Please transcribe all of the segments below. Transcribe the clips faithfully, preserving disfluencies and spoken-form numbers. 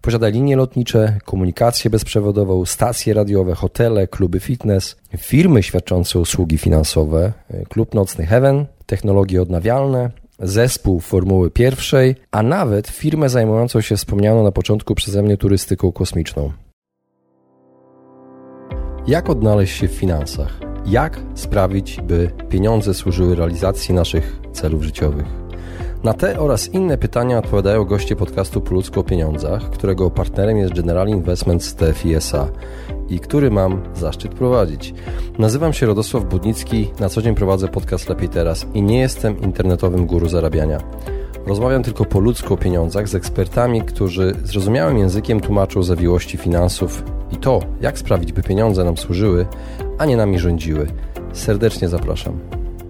Posiada linie lotnicze, komunikację bezprzewodową, stacje radiowe, hotele, kluby fitness, firmy świadczące usługi finansowe, klub nocny Heaven, technologie odnawialne, zespół Formuły Pierwszej, a nawet firmę zajmującą się wspomnianą na początku przeze mnie turystyką kosmiczną. Jak odnaleźć się w finansach? Jak sprawić, by pieniądze służyły realizacji naszych celów życiowych? Na te oraz inne pytania odpowiadają goście podcastu Po ludzku o pieniądzach, którego partnerem jest General Investments T F I S A i który mam zaszczyt prowadzić. Nazywam się Radosław Budnicki, na co dzień prowadzę podcast Lepiej Teraz i nie jestem internetowym guru zarabiania. Rozmawiam tylko po ludzku o pieniądzach z ekspertami, którzy zrozumiałym językiem tłumaczą zawiłości finansów i to, jak sprawić, by pieniądze nam służyły, a nie nami rządziły. Serdecznie zapraszam.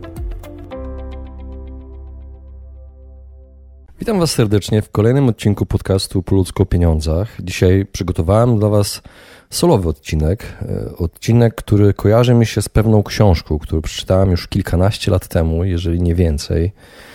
Witam Was serdecznie w kolejnym odcinku podcastu Po ludzku o pieniądzach. Dzisiaj przygotowałem dla Was solowy odcinek. Odcinek, który kojarzy mi się z pewną książką, którą przeczytałem już kilkanaście lat temu, jeżeli nie więcej.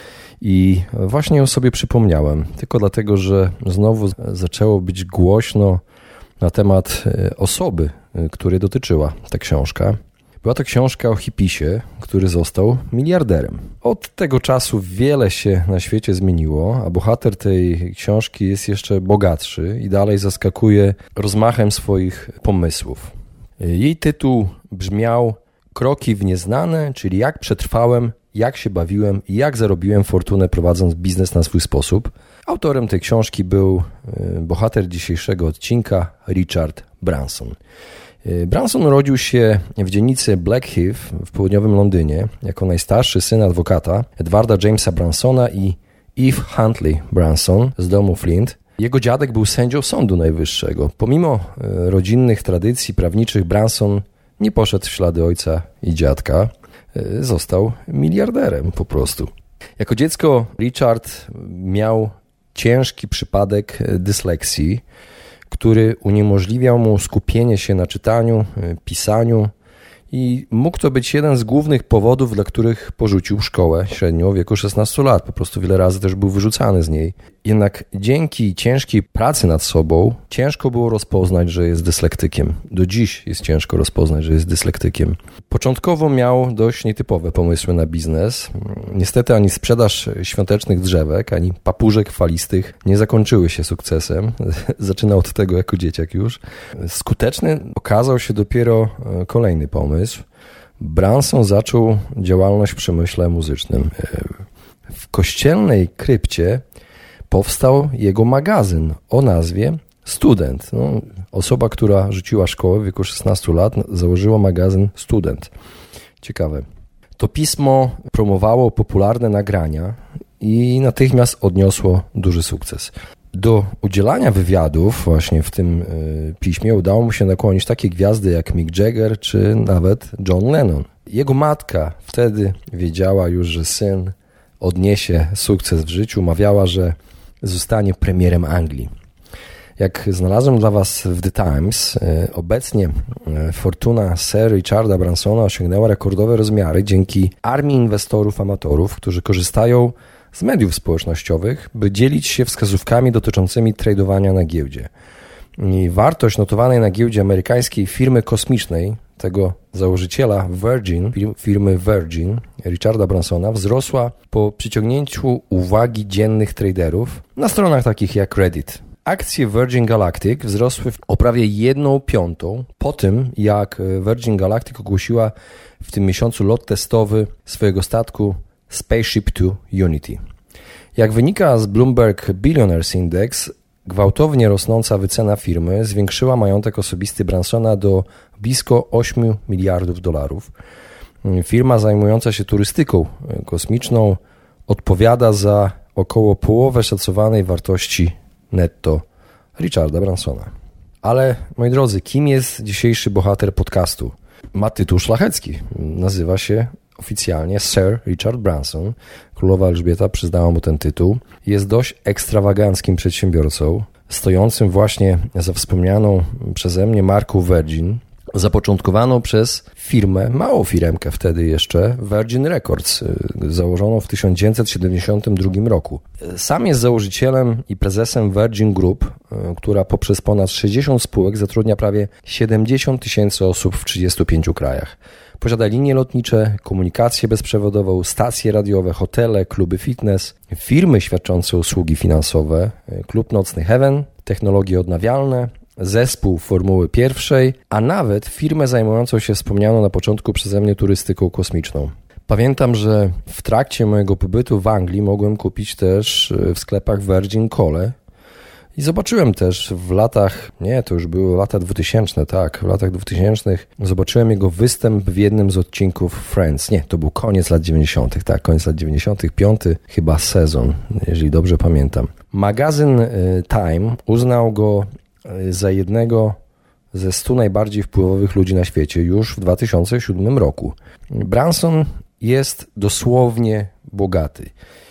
I właśnie o sobie przypomniałem, tylko dlatego, że znowu zaczęło być głośno na temat osoby, której dotyczyła ta książka. Była to książka o hipisie, który został miliarderem. Od tego czasu wiele się na świecie zmieniło, a bohater tej książki jest jeszcze bogatszy i dalej zaskakuje rozmachem swoich pomysłów. Jej tytuł brzmiał Kroki w nieznane, czyli jak przetrwałem, jak się bawiłem i jak zarobiłem fortunę prowadząc biznes na swój sposób. Autorem tej książki był bohater dzisiejszego odcinka, Richard Branson. Branson urodził się w dzielnicy Blackheath w południowym Londynie jako najstarszy syn adwokata Edwarda Jamesa Bransona i Eve Huntley Branson z domu Flint. Jego dziadek był sędzią Sądu Najwyższego. Pomimo rodzinnych tradycji prawniczych Branson nie poszedł w ślady ojca i dziadka. Został miliarderem po prostu. Jako dziecko Richard miał ciężki przypadek dysleksji, który uniemożliwiał mu skupienie się na czytaniu, pisaniu i mógł to być jeden z głównych powodów, dla których porzucił szkołę średnią w wieku szesnastu lat. Po prostu wiele razy też był wyrzucany z niej. Jednak dzięki ciężkiej pracy nad sobą ciężko było rozpoznać, że jest dyslektykiem. Do dziś jest ciężko rozpoznać, że jest dyslektykiem. Początkowo miał dość nietypowe pomysły na biznes. Niestety ani sprzedaż świątecznych drzewek, ani papużek falistych nie zakończyły się sukcesem. Zaczynał od tego jako dzieciak już. Skuteczny okazał się dopiero kolejny pomysł. Branson zaczął działalność w przemyśle muzycznym. W kościelnej krypcie powstał jego magazyn o nazwie Student. No, osoba, która rzuciła szkołę w wieku szesnastu lat, założyła magazyn Student. Ciekawe. To pismo promowało popularne nagrania i natychmiast odniosło duży sukces. Do udzielania wywiadów właśnie w tym piśmie udało mu się nakłonić takie gwiazdy jak Mick Jagger czy nawet John Lennon. Jego matka wtedy wiedziała już, że syn odniesie sukces w życiu. Mawiała, że zostanie premierem Anglii. Jak znalazłem dla Was w The Times, obecnie fortuna Sir Richarda Bransona osiągnęła rekordowe rozmiary dzięki armii inwestorów amatorów, którzy korzystają z mediów społecznościowych, by dzielić się wskazówkami dotyczącymi tradowania na giełdzie. I wartość notowanej na giełdzie amerykańskiej firmy kosmicznej, tego założyciela Virgin, firmy Virgin, Richarda Bransona, wzrosła po przyciągnięciu uwagi dziennych traderów na stronach takich jak Reddit. Akcje Virgin Galactic wzrosły o prawie jedną piątą po tym, jak Virgin Galactic ogłosiła w tym miesiącu lot testowy swojego statku Spaceship Two Unity. Jak wynika z Bloomberg Billionaires Index, gwałtownie rosnąca wycena firmy zwiększyła majątek osobisty Bransona do blisko ośmiu miliardów dolarów. Firma zajmująca się turystyką kosmiczną odpowiada za około połowę szacowanej wartości netto Richarda Bransona. Ale, moi drodzy, kim jest dzisiejszy bohater podcastu? Ma tytuł szlachecki. Nazywa się oficjalnie Sir Richard Branson. Królowa Elżbieta przyznała mu ten tytuł. Jest dość ekstrawaganckim przedsiębiorcą, stojącym właśnie za wspomnianą przeze mnie marką Virgin. zapoczątkowaną przez firmę, małą firmkę wtedy jeszcze, Virgin Records, założoną w tysiąc dziewięćset siedemdziesiątym drugim roku. Sam jest założycielem i prezesem Virgin Group, która poprzez ponad sześćdziesiąt spółek zatrudnia prawie siedemdziesiąt tysięcy osób w trzydziestu pięciu krajach. Posiada linie lotnicze, komunikację bezprzewodową, stacje radiowe, hotele, kluby fitness, firmy świadczące usługi finansowe, klub nocny Heaven, technologie odnawialne, zespół Formuły Pierwszej, a nawet firmę zajmującą się wspomnianą na początku przeze mnie turystyką kosmiczną. Pamiętam, że w trakcie mojego pobytu w Anglii mogłem kupić też w sklepach Virgin Cole i zobaczyłem też w latach, nie, to już były lata dwutysięczne, tak, w latach dwutysięcznych zobaczyłem jego występ w jednym z odcinków Friends. Nie, to był koniec lat dziewięćdziesiątych, tak, koniec lat dziewięćdziesiątych, piąty chyba sezon, jeżeli dobrze pamiętam. Magazyn Time uznał go za jednego ze stu najbardziej wpływowych ludzi na świecie już w dwa tysiące siódmym roku. Branson jest dosłownie bogaty.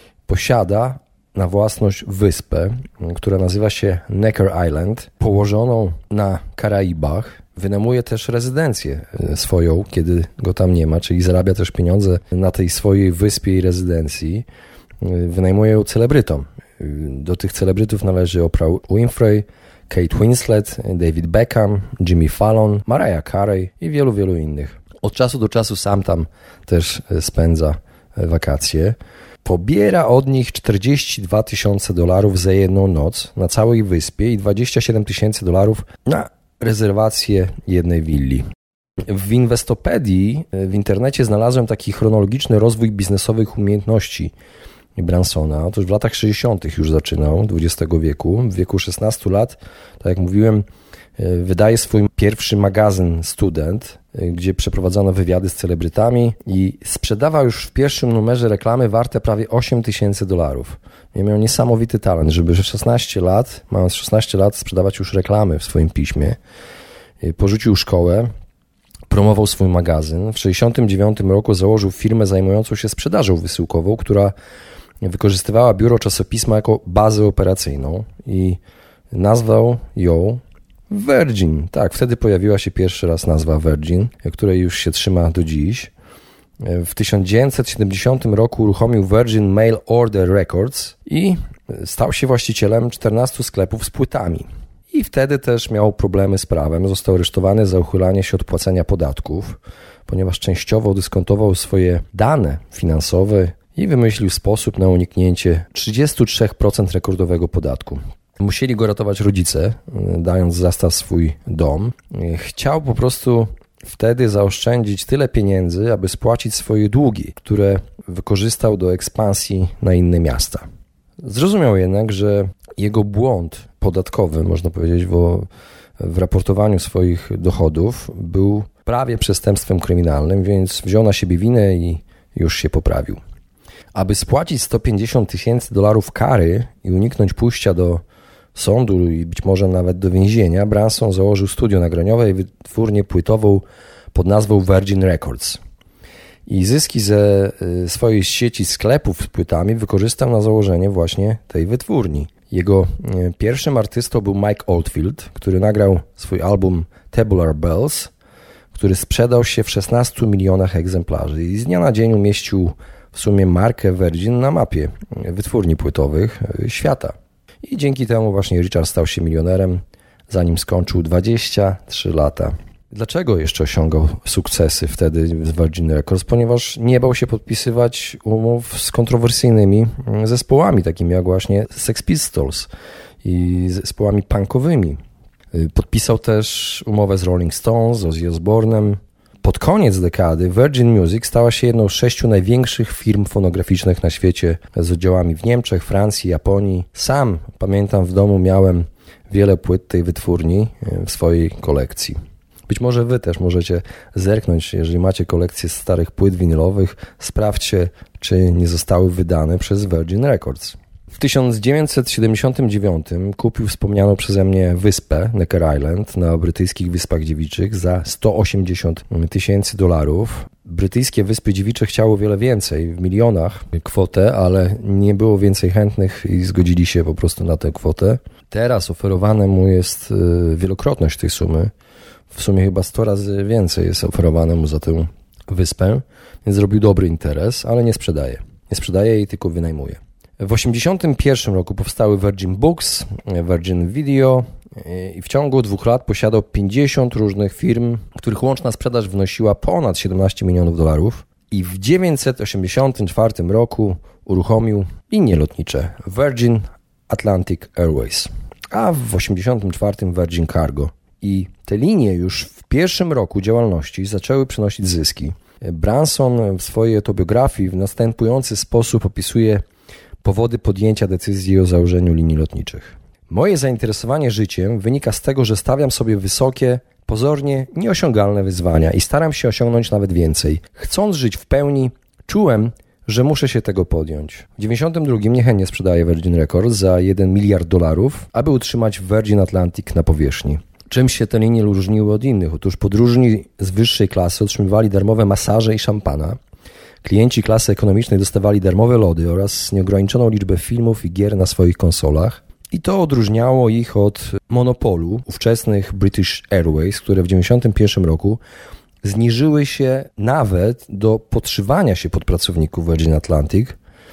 Posiada na własność wyspę, która nazywa się Necker Island, położoną na Karaibach. Wynajmuje też rezydencję swoją, kiedy go tam nie ma, czyli zarabia też pieniądze na tej swojej wyspie i rezydencji. Wynajmuje ją celebrytom. Do tych celebrytów należy Oprah Winfrey, Kate Winslet, David Beckham, Jimmy Fallon, Mariah Carey i wielu, wielu innych. Od czasu do czasu sam tam też spędza wakacje. Pobiera od nich czterdzieści dwa tysiące dolarów za jedną noc na całej wyspie i dwadzieścia siedem tysięcy dolarów na rezerwację jednej willi. W Inwestopedii w internecie znalazłem taki chronologiczny rozwój biznesowych umiejętności Bransona. Otóż w latach sześćdziesiątych już zaczynał dwudziestego wieku. W wieku szesnastu lat, tak jak mówiłem, wydaje swój pierwszy magazyn Student, gdzie przeprowadzano wywiady z celebrytami i sprzedawał już w pierwszym numerze reklamy warte prawie osiem tysięcy dolarów. Miał niesamowity talent, żeby szesnaście lat, mając szesnaście lat, sprzedawać już reklamy w swoim piśmie. Porzucił szkołę, promował swój magazyn. W sześćdziesiątym dziewiątym roku założył firmę zajmującą się sprzedażą wysyłkową, która wykorzystywała biuro czasopisma jako bazę operacyjną i nazwał ją Virgin. Tak, wtedy pojawiła się pierwszy raz nazwa Virgin, której już się trzyma do dziś. W tysiąc dziewięćset siedemdziesiątym roku uruchomił Virgin Mail Order Records i stał się właścicielem czternastu sklepów z płytami. I wtedy też miał problemy z prawem. Został aresztowany za uchylanie się od płacenia podatków, ponieważ częściowo dyskontował swoje dane finansowe i wymyślił sposób na uniknięcie trzydzieści trzy procent rekordowego podatku. Musieli go ratować rodzice, dając w zastaw swój dom. Chciał po prostu wtedy zaoszczędzić tyle pieniędzy, aby spłacić swoje długi, które wykorzystał do ekspansji na inne miasta. Zrozumiał jednak, że jego błąd podatkowy, można powiedzieć, w, w raportowaniu swoich dochodów był prawie przestępstwem kryminalnym, więc wziął na siebie winę i już się poprawił. Aby spłacić sto pięćdziesiąt tysięcy dolarów kary i uniknąć pójścia do sądu i być może nawet do więzienia, Branson założył studio nagraniowe i wytwórnię płytową pod nazwą Virgin Records. I zyski ze swojej sieci sklepów z płytami wykorzystał na założenie właśnie tej wytwórni. Jego pierwszym artystą był Mike Oldfield, który nagrał swój album Tubular Bells, który sprzedał się w szesnastu milionach egzemplarzy i z dnia na dzień umieścił w sumie markę Virgin na mapie wytwórni płytowych świata. I dzięki temu właśnie Richard stał się milionerem, zanim skończył dwadzieścia trzy lata. Dlaczego jeszcze osiągał sukcesy wtedy z Virgin Records? Ponieważ nie bał się podpisywać umów z kontrowersyjnymi zespołami, takimi jak właśnie Sex Pistols i zespołami punkowymi. Podpisał też umowę z Rolling Stones, z Ozzy Osbournem. Pod koniec dekady Virgin Music stała się jedną z sześciu największych firm fonograficznych na świecie z oddziałami w Niemczech, Francji, Japonii. Sam, pamiętam, w domu miałem wiele płyt tej wytwórni w swojej kolekcji. Być może wy też możecie zerknąć, jeżeli macie kolekcję starych płyt winylowych, sprawdźcie, czy nie zostały wydane przez Virgin Records. W tysiąc dziewięćset siedemdziesiątym dziewiątym kupił wspomnianą przeze mnie wyspę Necker Island na brytyjskich Wyspach Dziewiczych za sto osiemdziesiąt tysięcy dolarów. Brytyjskie Wyspy Dziewicze chciało wiele więcej, w milionach kwotę, ale nie było więcej chętnych i zgodzili się po prostu na tę kwotę. Teraz oferowane mu jest wielokrotność tej sumy. W sumie chyba sto razy więcej jest oferowane mu za tę wyspę, więc zrobił dobry interes, ale nie sprzedaje. Nie sprzedaje jej, tylko wynajmuje. W osiemdziesiątym pierwszym roku powstały Virgin Books, Virgin Video i w ciągu dwóch lat posiadał pięćdziesiąt różnych firm, których łączna sprzedaż wynosiła ponad siedemnaście milionów dolarów. I w dziewięćset osiemdziesiątym czwartym roku uruchomił linie lotnicze Virgin Atlantic Airways, a w osiemdziesiątym czwartym Virgin Cargo. I te linie już w pierwszym roku działalności zaczęły przynosić zyski. Branson w swojej autobiografii w następujący sposób opisuje powody podjęcia decyzji o założeniu linii lotniczych. Moje zainteresowanie życiem wynika z tego, że stawiam sobie wysokie, pozornie nieosiągalne wyzwania i staram się osiągnąć nawet więcej. Chcąc żyć w pełni, czułem, że muszę się tego podjąć. W dziewięćdziesiątym drugim niechętnie sprzedaję Virgin Records za jeden miliard dolarów, aby utrzymać Virgin Atlantic na powierzchni. Czym się te linie różniły od innych? Otóż podróżni z wyższej klasy otrzymywali darmowe masaże i szampana. Klienci klasy ekonomicznej dostawali darmowe lody oraz nieograniczoną liczbę filmów i gier na swoich konsolach. I to odróżniało ich od monopolu ówczesnych British Airways, które w dziewięćdziesiątym pierwszym roku zniżyły się nawet do podszywania się pod pracowników Virgin Atlantic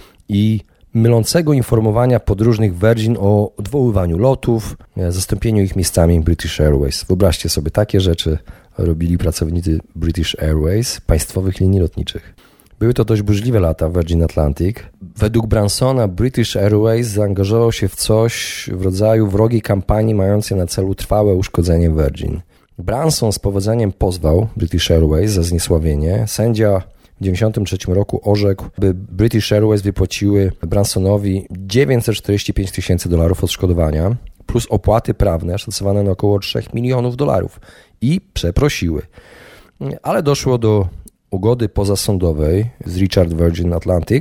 i mylącego informowania podróżnych Virgin o odwoływaniu lotów, zastąpieniu ich miejscami British Airways. Wyobraźcie sobie, takie rzeczy robili pracownicy British Airways, państwowych linii lotniczych. Były to dość burzliwe lata Virgin Atlantic. Według Bransona British Airways zaangażował się w coś w rodzaju wrogiej kampanii mającej na celu trwałe uszkodzenie Virgin. Branson z powodzeniem pozwał British Airways za zniesławienie. Sędzia w dziewięćdziesiątym trzecim roku orzekł, by British Airways wypłaciły Bransonowi dziewięćset czterdzieści pięć tysięcy dolarów odszkodowania plus opłaty prawne szacowane na około trzy milionów dolarów i przeprosiły. Ale doszło do ugody pozasądowej z Richard Virgin Atlantic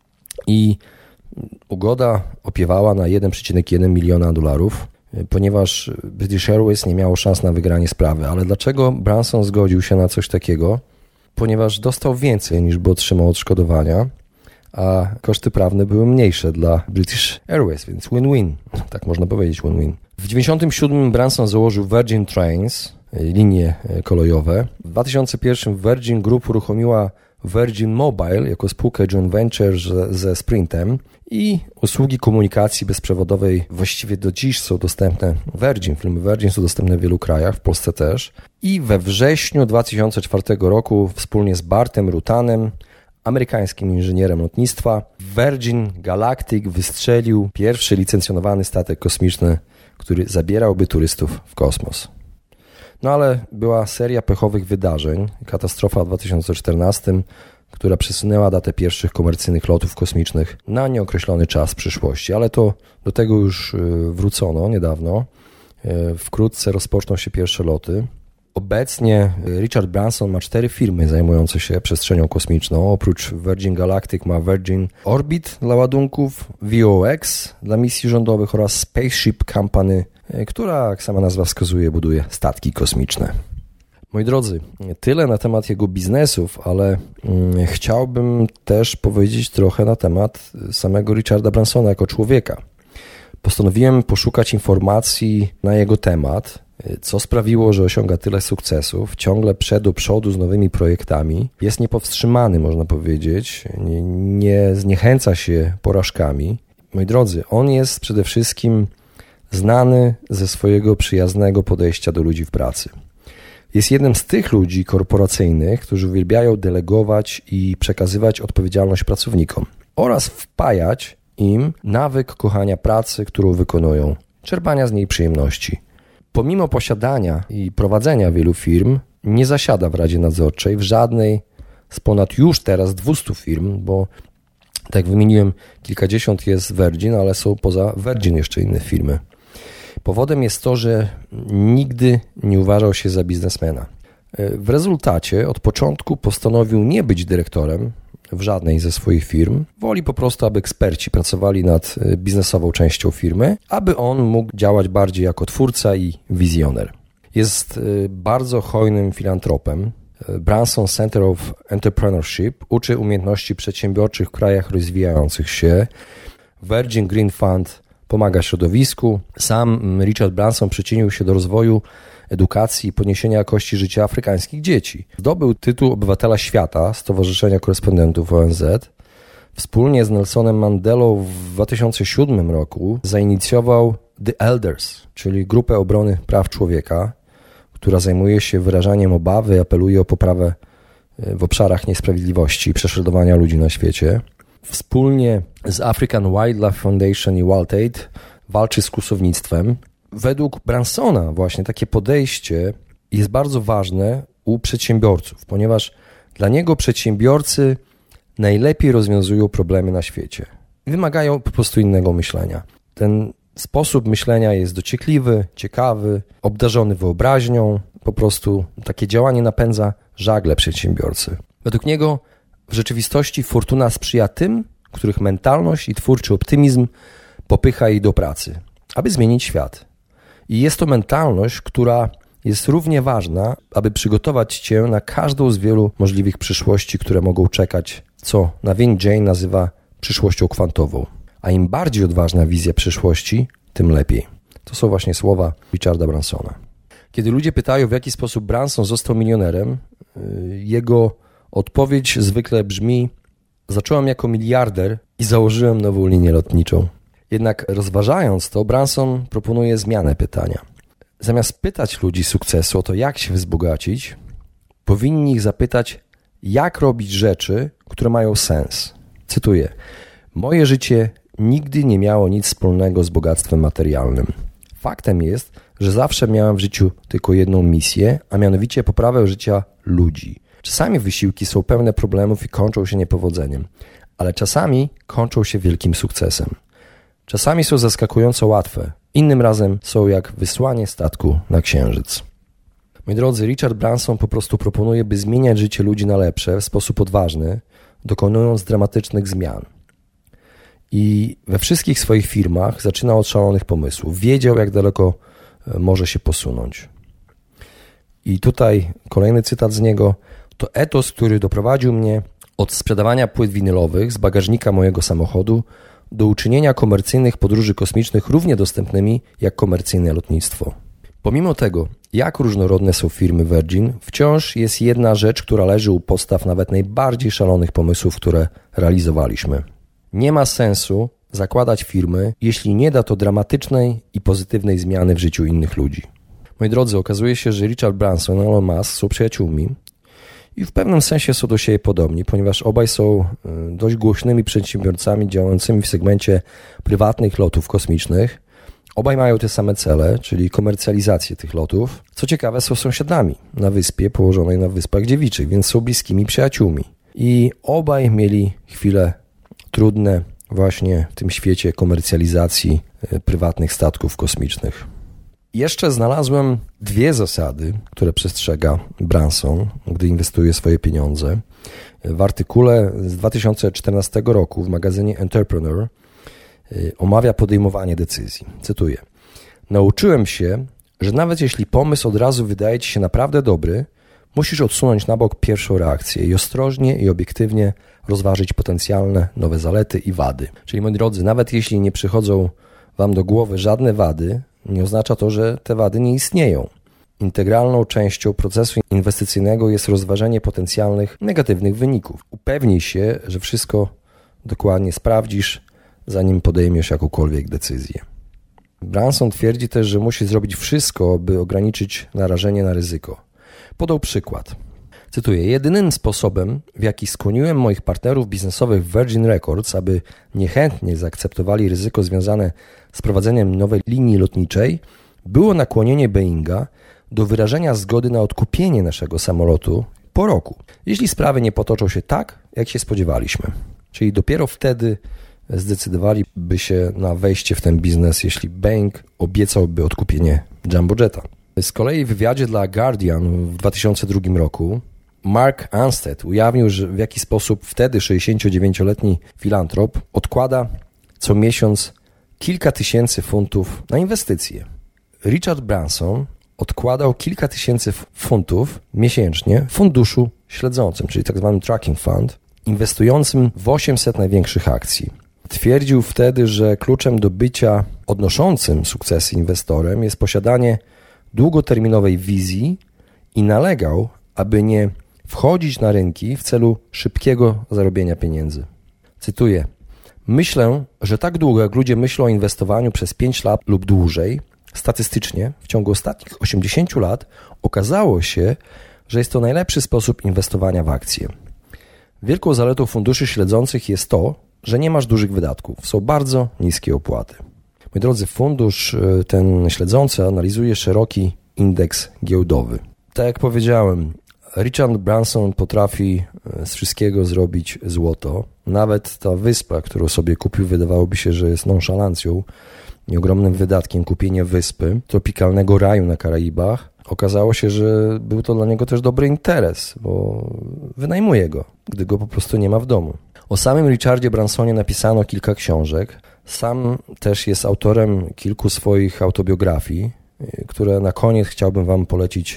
i ugoda opiewała na jeden przecinek jeden miliona dolarów, ponieważ British Airways nie miało szans na wygranie sprawy. Ale dlaczego Branson zgodził się na coś takiego? Ponieważ dostał więcej niż by otrzymał odszkodowania, a koszty prawne były mniejsze dla British Airways, więc win-win, tak można powiedzieć, win-win. W dziewięćdziesiątym siódmym Branson założył Virgin Trains, linie kolejowe. W dwa tysiące pierwszym Virgin Group uruchomiła Virgin Mobile jako spółkę joint venture ze Sprintem i usługi komunikacji bezprzewodowej właściwie do dziś są dostępne. Virgin, filmy Virgin są dostępne w wielu krajach, w Polsce też. I we wrześniu dwa tysiące czwartego roku wspólnie z Bartem Rutanem, amerykańskim inżynierem lotnictwa, Virgin Galactic wystrzelił pierwszy licencjonowany statek kosmiczny, który zabierałby turystów w kosmos. No ale była seria pechowych wydarzeń, katastrofa w dwa tysiące czternastym, która przesunęła datę pierwszych komercyjnych lotów kosmicznych na nieokreślony czas w przyszłości, ale to do tego już wrócono niedawno. Wkrótce rozpoczną się pierwsze loty. Obecnie Richard Branson ma cztery firmy zajmujące się przestrzenią kosmiczną. Oprócz Virgin Galactic ma Virgin Orbit dla ładunków, V O X dla misji rządowych oraz Spaceship Company, która, jak sama nazwa wskazuje, buduje statki kosmiczne. Moi drodzy, tyle na temat jego biznesów, ale mm, chciałbym też powiedzieć trochę na temat samego Richarda Bransona jako człowieka. Postanowiłem poszukać informacji na jego temat, co sprawiło, że osiąga tyle sukcesów, ciągle przed do przodu z nowymi projektami, jest niepowstrzymany, można powiedzieć, nie, nie zniechęca się porażkami. Moi drodzy, on jest przede wszystkim znany ze swojego przyjaznego podejścia do ludzi w pracy. Jest jednym z tych ludzi korporacyjnych, którzy uwielbiają delegować i przekazywać odpowiedzialność pracownikom oraz wpajać im nawyk kochania pracy, którą wykonują, czerpania z niej przyjemności. Pomimo posiadania i prowadzenia wielu firm, nie zasiada w Radzie Nadzorczej w żadnej z ponad już teraz dwustu firm, bo tak jak wymieniłem, kilkadziesiąt jest Virgin, ale są poza Virgin jeszcze inne firmy. Powodem jest to, że nigdy nie uważał się za biznesmena. W rezultacie od początku postanowił nie być dyrektorem w żadnej ze swoich firm. Woli po prostu, aby eksperci pracowali nad biznesową częścią firmy, aby on mógł działać bardziej jako twórca i wizjoner. Jest bardzo hojnym filantropem. Branson Center of Entrepreneurship uczy umiejętności przedsiębiorczych w krajach rozwijających się. Virgin Green Fund pomaga środowisku. Sam Richard Branson przyczynił się do rozwoju edukacji i podniesienia jakości życia afrykańskich dzieci. Zdobył tytuł Obywatela Świata Stowarzyszenia Korespondentów O N Z. Wspólnie z Nelsonem Mandelą w dwa tysiące siódmym roku zainicjował The Elders, czyli grupę obrony praw człowieka, która zajmuje się wyrażaniem obawy i apeluje o poprawę w obszarach niesprawiedliwości i prześladowania ludzi na świecie. Wspólnie z African Wildlife Foundation i WildAid walczy z kłusownictwem. Według Bransona właśnie takie podejście jest bardzo ważne u przedsiębiorców, ponieważ dla niego przedsiębiorcy najlepiej rozwiązują problemy na świecie. Wymagają po prostu innego myślenia. Ten sposób myślenia jest dociekliwy, ciekawy, obdarzony wyobraźnią. Po prostu takie działanie napędza żagle przedsiębiorcy. Według niego w rzeczywistości fortuna sprzyja tym, których mentalność i twórczy optymizm popycha ich do pracy, aby zmienić świat. I jest to mentalność, która jest równie ważna, aby przygotować Cię na każdą z wielu możliwych przyszłości, które mogą czekać, co Naveen Jain nazywa przyszłością kwantową. A im bardziej odważna wizja przyszłości, tym lepiej. To są właśnie słowa Richarda Bransona. Kiedy ludzie pytają, w jaki sposób Branson został milionerem, jego odpowiedź zwykle brzmi: zacząłem jako miliarder i założyłem nową linię lotniczą. Jednak rozważając to, Branson proponuje zmianę pytania. Zamiast pytać ludzi sukcesu o to, jak się wzbogacić, powinni ich zapytać, jak robić rzeczy, które mają sens. Cytuję: moje życie nigdy nie miało nic wspólnego z bogactwem materialnym. Faktem jest, że zawsze miałem w życiu tylko jedną misję, a mianowicie poprawę życia ludzi. Czasami wysiłki są pełne problemów i kończą się niepowodzeniem, ale czasami kończą się wielkim sukcesem. Czasami są zaskakująco łatwe, innym razem są jak wysłanie statku na księżyc. Moi drodzy, Richard Branson po prostu proponuje, by zmieniać życie ludzi na lepsze w sposób odważny, dokonując dramatycznych zmian. I we wszystkich swoich firmach zaczynał od szalonych pomysłów. Wiedział, jak daleko może się posunąć. I tutaj kolejny cytat z niego. To etos, który doprowadził mnie od sprzedawania płyt winylowych z bagażnika mojego samochodu do uczynienia komercyjnych podróży kosmicznych równie dostępnymi jak komercyjne lotnictwo. Pomimo tego, jak różnorodne są firmy Virgin, wciąż jest jedna rzecz, która leży u podstaw nawet najbardziej szalonych pomysłów, które realizowaliśmy. Nie ma sensu zakładać firmy, jeśli nie da to dramatycznej i pozytywnej zmiany w życiu innych ludzi. Moi drodzy, okazuje się, że Richard Branson i Elon Musk są przyjaciółmi i w pewnym sensie są do siebie podobni, ponieważ obaj są dość głośnymi przedsiębiorcami działającymi w segmencie prywatnych lotów kosmicznych. Obaj mają te same cele, czyli komercjalizację tych lotów. Co ciekawe, są sąsiadami na wyspie położonej na Wyspach Dziewiczych, więc są bliskimi przyjaciółmi. I obaj mieli chwile trudne właśnie w tym świecie komercjalizacji prywatnych statków kosmicznych. Jeszcze znalazłem dwie zasady, które przestrzega Branson, gdy inwestuje swoje pieniądze. W artykule z dwa tysiące czternastego roku w magazynie Entrepreneur omawia podejmowanie decyzji. Cytuję: nauczyłem się, że nawet jeśli pomysł od razu wydaje Ci się naprawdę dobry, musisz odsunąć na bok pierwszą reakcję i ostrożnie i obiektywnie rozważyć potencjalne nowe zalety i wady. Czyli moi drodzy, nawet jeśli nie przychodzą Wam do głowy żadne wady, nie oznacza to, że te wady nie istnieją. Integralną częścią procesu inwestycyjnego jest rozważenie potencjalnych negatywnych wyników. Upewnij się, że wszystko dokładnie sprawdzisz, zanim podejmiesz jakąkolwiek decyzję. Branson twierdzi też, że musi zrobić wszystko, by ograniczyć narażenie na ryzyko. Podał przykład. Cytuję: jedynym sposobem, w jaki skłoniłem moich partnerów biznesowych w Virgin Records, aby niechętnie zaakceptowali ryzyko związane z prowadzeniem nowej linii lotniczej, było nakłonienie Boeinga do wyrażenia zgody na odkupienie naszego samolotu po roku, jeśli sprawy nie potoczą się tak, jak się spodziewaliśmy. Czyli dopiero wtedy zdecydowaliby się na wejście w ten biznes, jeśli Boeing obiecałby odkupienie Jumbo Jetta. Z kolei w wywiadzie dla Guardian w dwa tysiące drugim roku Mark Anstead ujawnił, że w jaki sposób wtedy sześćdziesięciodziewięcioletni filantrop odkłada co miesiąc kilka tysięcy funtów na inwestycje. Richard Branson odkładał kilka tysięcy funtów miesięcznie w funduszu śledzącym, czyli tak zwanym tracking fund, inwestującym w osiemset największych akcji. Twierdził wtedy, że kluczem do bycia odnoszącym sukcesy inwestorem jest posiadanie długoterminowej wizji i nalegał, aby nie wchodzić na rynki w celu szybkiego zarobienia pieniędzy. Cytuję: myślę, że tak długo jak ludzie myślą o inwestowaniu przez pięć lat lub dłużej, statystycznie w ciągu ostatnich osiemdziesięciu lat okazało się, że jest to najlepszy sposób inwestowania w akcje. Wielką zaletą funduszy śledzących jest to, że nie masz dużych wydatków. Są bardzo niskie opłaty. Moi drodzy, fundusz ten śledzący analizuje szeroki indeks giełdowy. Tak jak powiedziałem, Richard Branson potrafi z wszystkiego zrobić złoto. Nawet ta wyspa, którą sobie kupił, wydawałoby się, że jest nonszalancją i ogromnym wydatkiem kupienie wyspy, tropikalnego raju na Karaibach. Okazało się, że był to dla niego też dobry interes, bo wynajmuje go, gdy go po prostu nie ma w domu. O samym Richardzie Bransonie napisano kilka książek. Sam też jest autorem kilku swoich autobiografii, które na koniec chciałbym wam polecić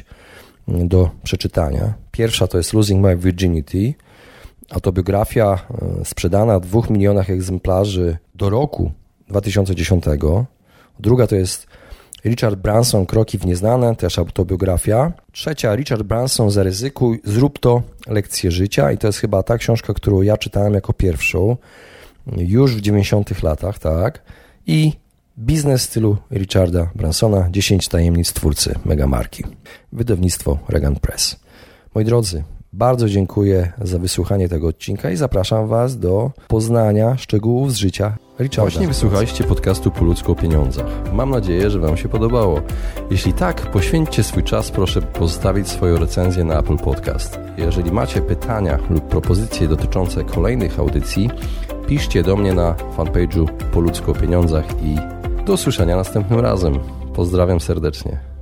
do przeczytania. Pierwsza to jest Losing My Virginity. Autobiografia sprzedana w dwóch milionach egzemplarzy do roku dwa tysiące dziesiątego. Druga to jest Richard Branson, Kroki w nieznane, też autobiografia. Trzecia, Richard Branson, Zaryzykuj, zrób to, lekcje życia. I to jest chyba ta książka, którą ja czytałem jako pierwszą już w dziewięćdziesiątych latach, tak. I Biznes w stylu Richarda Bransona, dziesięć tajemnic twórcy megamarki. Wydawnictwo Regan Press. Moi drodzy, bardzo dziękuję za wysłuchanie tego odcinka i zapraszam was do poznania szczegółów z życia Richarda. Właśnie wysłuchaliście podcastu Po ludzku o pieniądzach. Mam nadzieję, że wam się podobało. Jeśli tak, poświęćcie swój czas, proszę pozostawić swoją recenzję na Apple Podcast. Jeżeli macie pytania lub propozycje dotyczące kolejnych audycji, piszcie do mnie na fanpage'u Po ludzku o pieniądzach i do usłyszenia następnym razem. Pozdrawiam serdecznie.